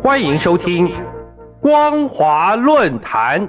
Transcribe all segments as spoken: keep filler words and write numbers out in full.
欢迎收听光华论坛。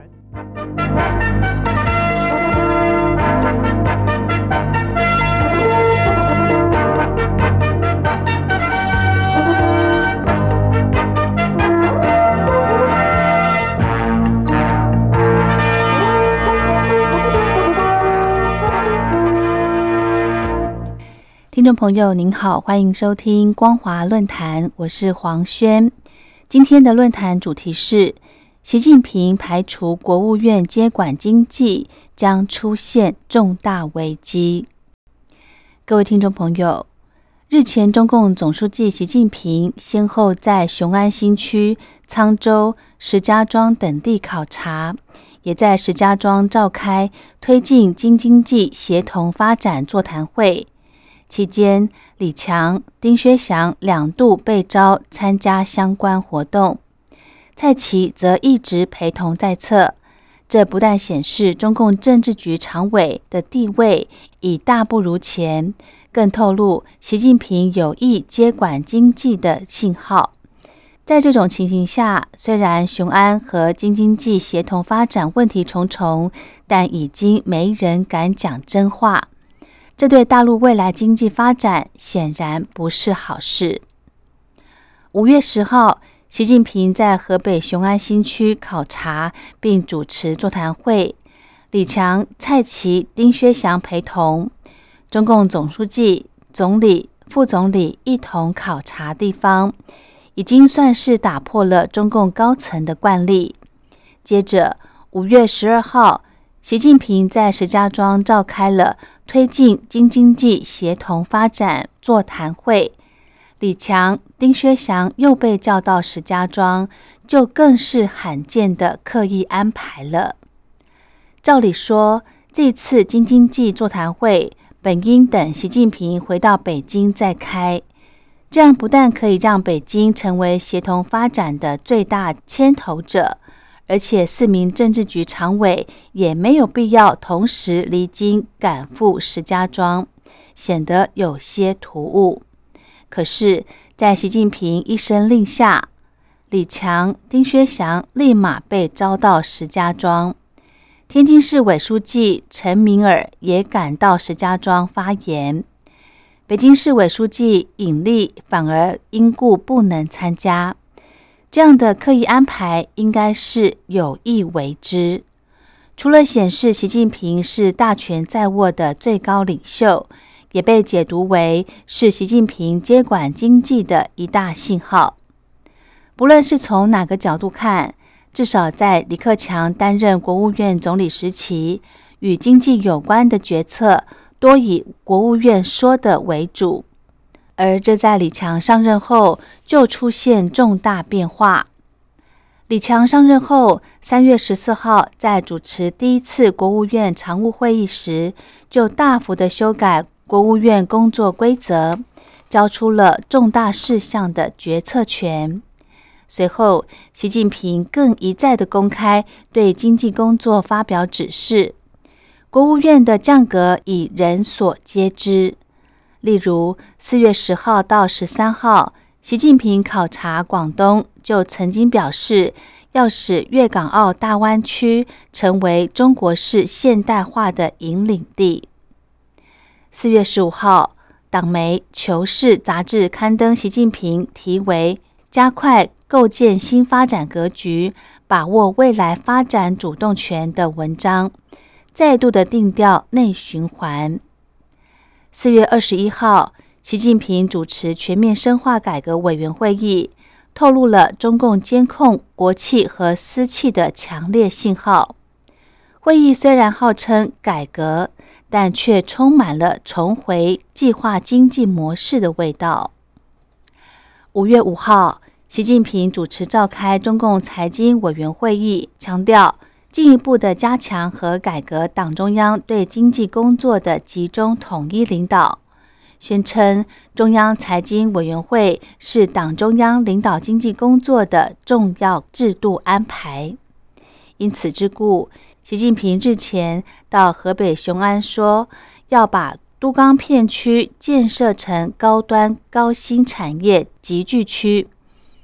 听众朋友您好，欢迎收听光华论坛，我是黄轩。今天的论坛主题是习近平排除国务院接管经济将出现重大危机。各位听众朋友，日前中共总书记习近平先后在雄安新区、沧州、石家庄等地考察，也在石家庄召开推进京津冀协同发展座谈会。期间，李强、丁薛祥两度被召参加相关活动，蔡奇则一直陪同在侧。这不但显示中共政治局常委的地位已大不如前，更透露习近平有意接管经济的信号。在这种情形下，虽然雄安和京津冀协同发展问题重重，但已经没人敢讲真话。这对大陆未来经济发展显然不是好事。五月十号，习近平在河北雄安新区考察并主持座谈会，李强、蔡奇、丁薛祥陪同，中共总书记、总理、副总理一同考察地方，已经算是打破了中共高层的惯例。接着，五月十二号，习近平在石家庄召开了推进京津冀协同发展座谈会，李强、丁薛祥又被叫到石家庄，就更是罕见的刻意安排了。照理说，这次京津冀座谈会本应等习近平回到北京再开，这样不但可以让北京成为协同发展的最大牵头者，而且四名政治局常委也没有必要同时离京赶赴石家庄，显得有些突兀。可是，在习近平一声令下，李强、丁薛祥立马被召到石家庄。天津市委书记陈敏尔也赶到石家庄发言。北京市委书记尹力反而因故不能参加。这样的刻意安排应该是有意为之，除了显示习近平是大权在握的最高领袖，也被解读为是习近平接管经济的一大信号。不论是从哪个角度看，至少在李克强担任国务院总理时期，与经济有关的决策多以国务院说的为主。而这在李强上任后就出现重大变化。李强上任后，三月十四号在主持第一次国务院常务会议时，就大幅的修改国务院工作规则，交出了重大事项的决策权。随后，习近平更一再的公开对经济工作发表指示，国务院的降格已人所皆知。例如，四月十号到十三号，习近平考察广东，就曾经表示要使粤港澳大湾区成为中国式现代化的引领地。四月十五号，党媒《求是》杂志刊登习近平题为“加快构建新发展格局，把握未来发展主动权”的文章，再度的定调内循环。四月二十一号，习近平主持全面深化改革委员会议，透露了中共监控国企和私企的强烈信号。会议虽然号称改革，但却充满了重回计划经济模式的味道。五月五号，习近平主持召开中共财经委员会议，强调进一步的加强和改革党中央对经济工作的集中统一领导，宣称中央财经委员会是党中央领导经济工作的重要制度安排。因此之故，习近平日前到河北雄安说，要把都江片区建设成高端高新产业集聚区，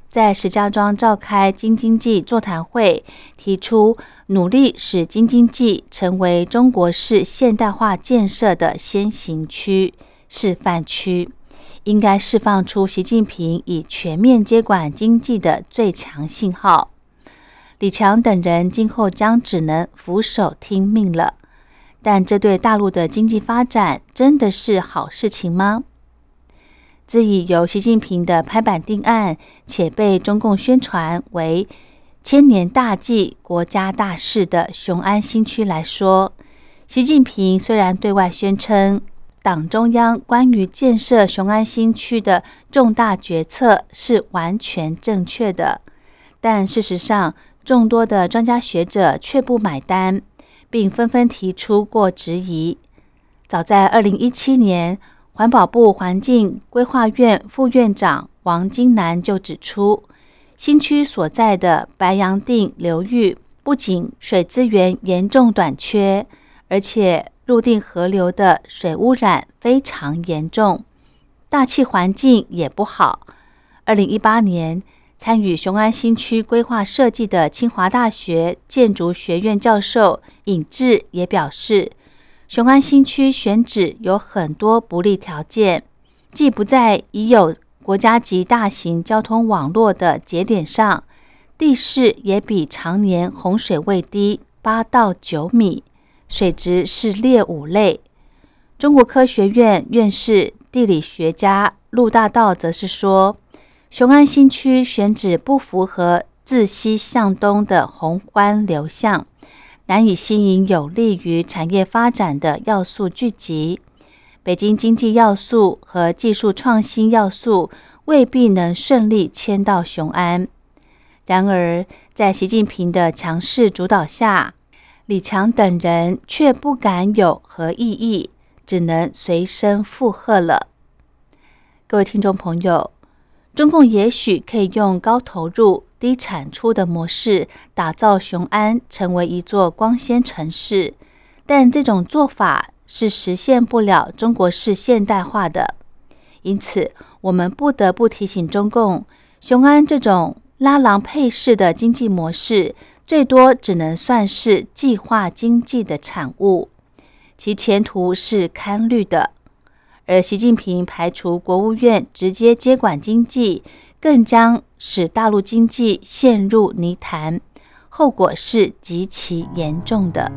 在石家庄召开京津冀座谈会，提出努力使京津冀成为中国式现代化建设的先行区、示范区，应该释放出习近平以全面接管经济的最强信号。李强等人今后将只能俯首听命了，但这对大陆的经济发展真的是好事情吗？自以由习近平的拍板定案，且被中共宣传为千年大计、国家大事的雄安新区来说，习近平虽然对外宣称党中央关于建设雄安新区的重大决策是完全正确的，但事实上，众多的专家学者却不买单，并纷纷提出过质疑。早在二零一七年，环保部环境规划院副院长王金南就指出，新区所在的白洋淀流域不仅水资源严重短缺，而且入定河流的水污染非常严重，大气环境也不好。二零一八年，参与雄安新区规划设计的清华大学建筑学院教授尹志也表示，雄安新区选址有很多不利条件，既不在已有国家级大型交通网络的节点上，地势也比常年洪水位低八到九米，水质是劣五类。中国科学院院士地理学家陆大道则是说，雄安新区选址不符合自西向东的宏观流向，难以吸引有利于产业发展的要素聚集。北京经济要素和技术创新要素未必能顺利迁到雄安。然而，在习近平的强势主导下，李强等人却不敢有何异议，只能随声附和了。各位听众朋友，中共也许可以用高投入、低产出的模式打造雄安成为一座光鲜城市，但这种做法是实现不了中国式现代化的。因此，我们不得不提醒中共，雄安这种拉郎配式的经济模式，最多只能算是计划经济的产物，其前途是堪虑的。而习近平排除国务院直接接管经济，更将使大陆经济陷入泥潭，后果是极其严重的。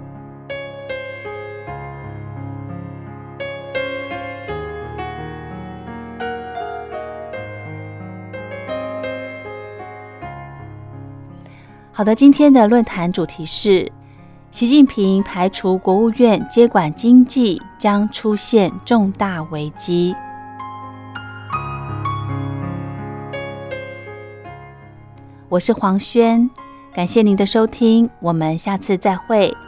好的，今天的论坛主题是习近平排除国务院接管经济将出现重大危机。我是黄轩，感谢您的收听，我们下次再会。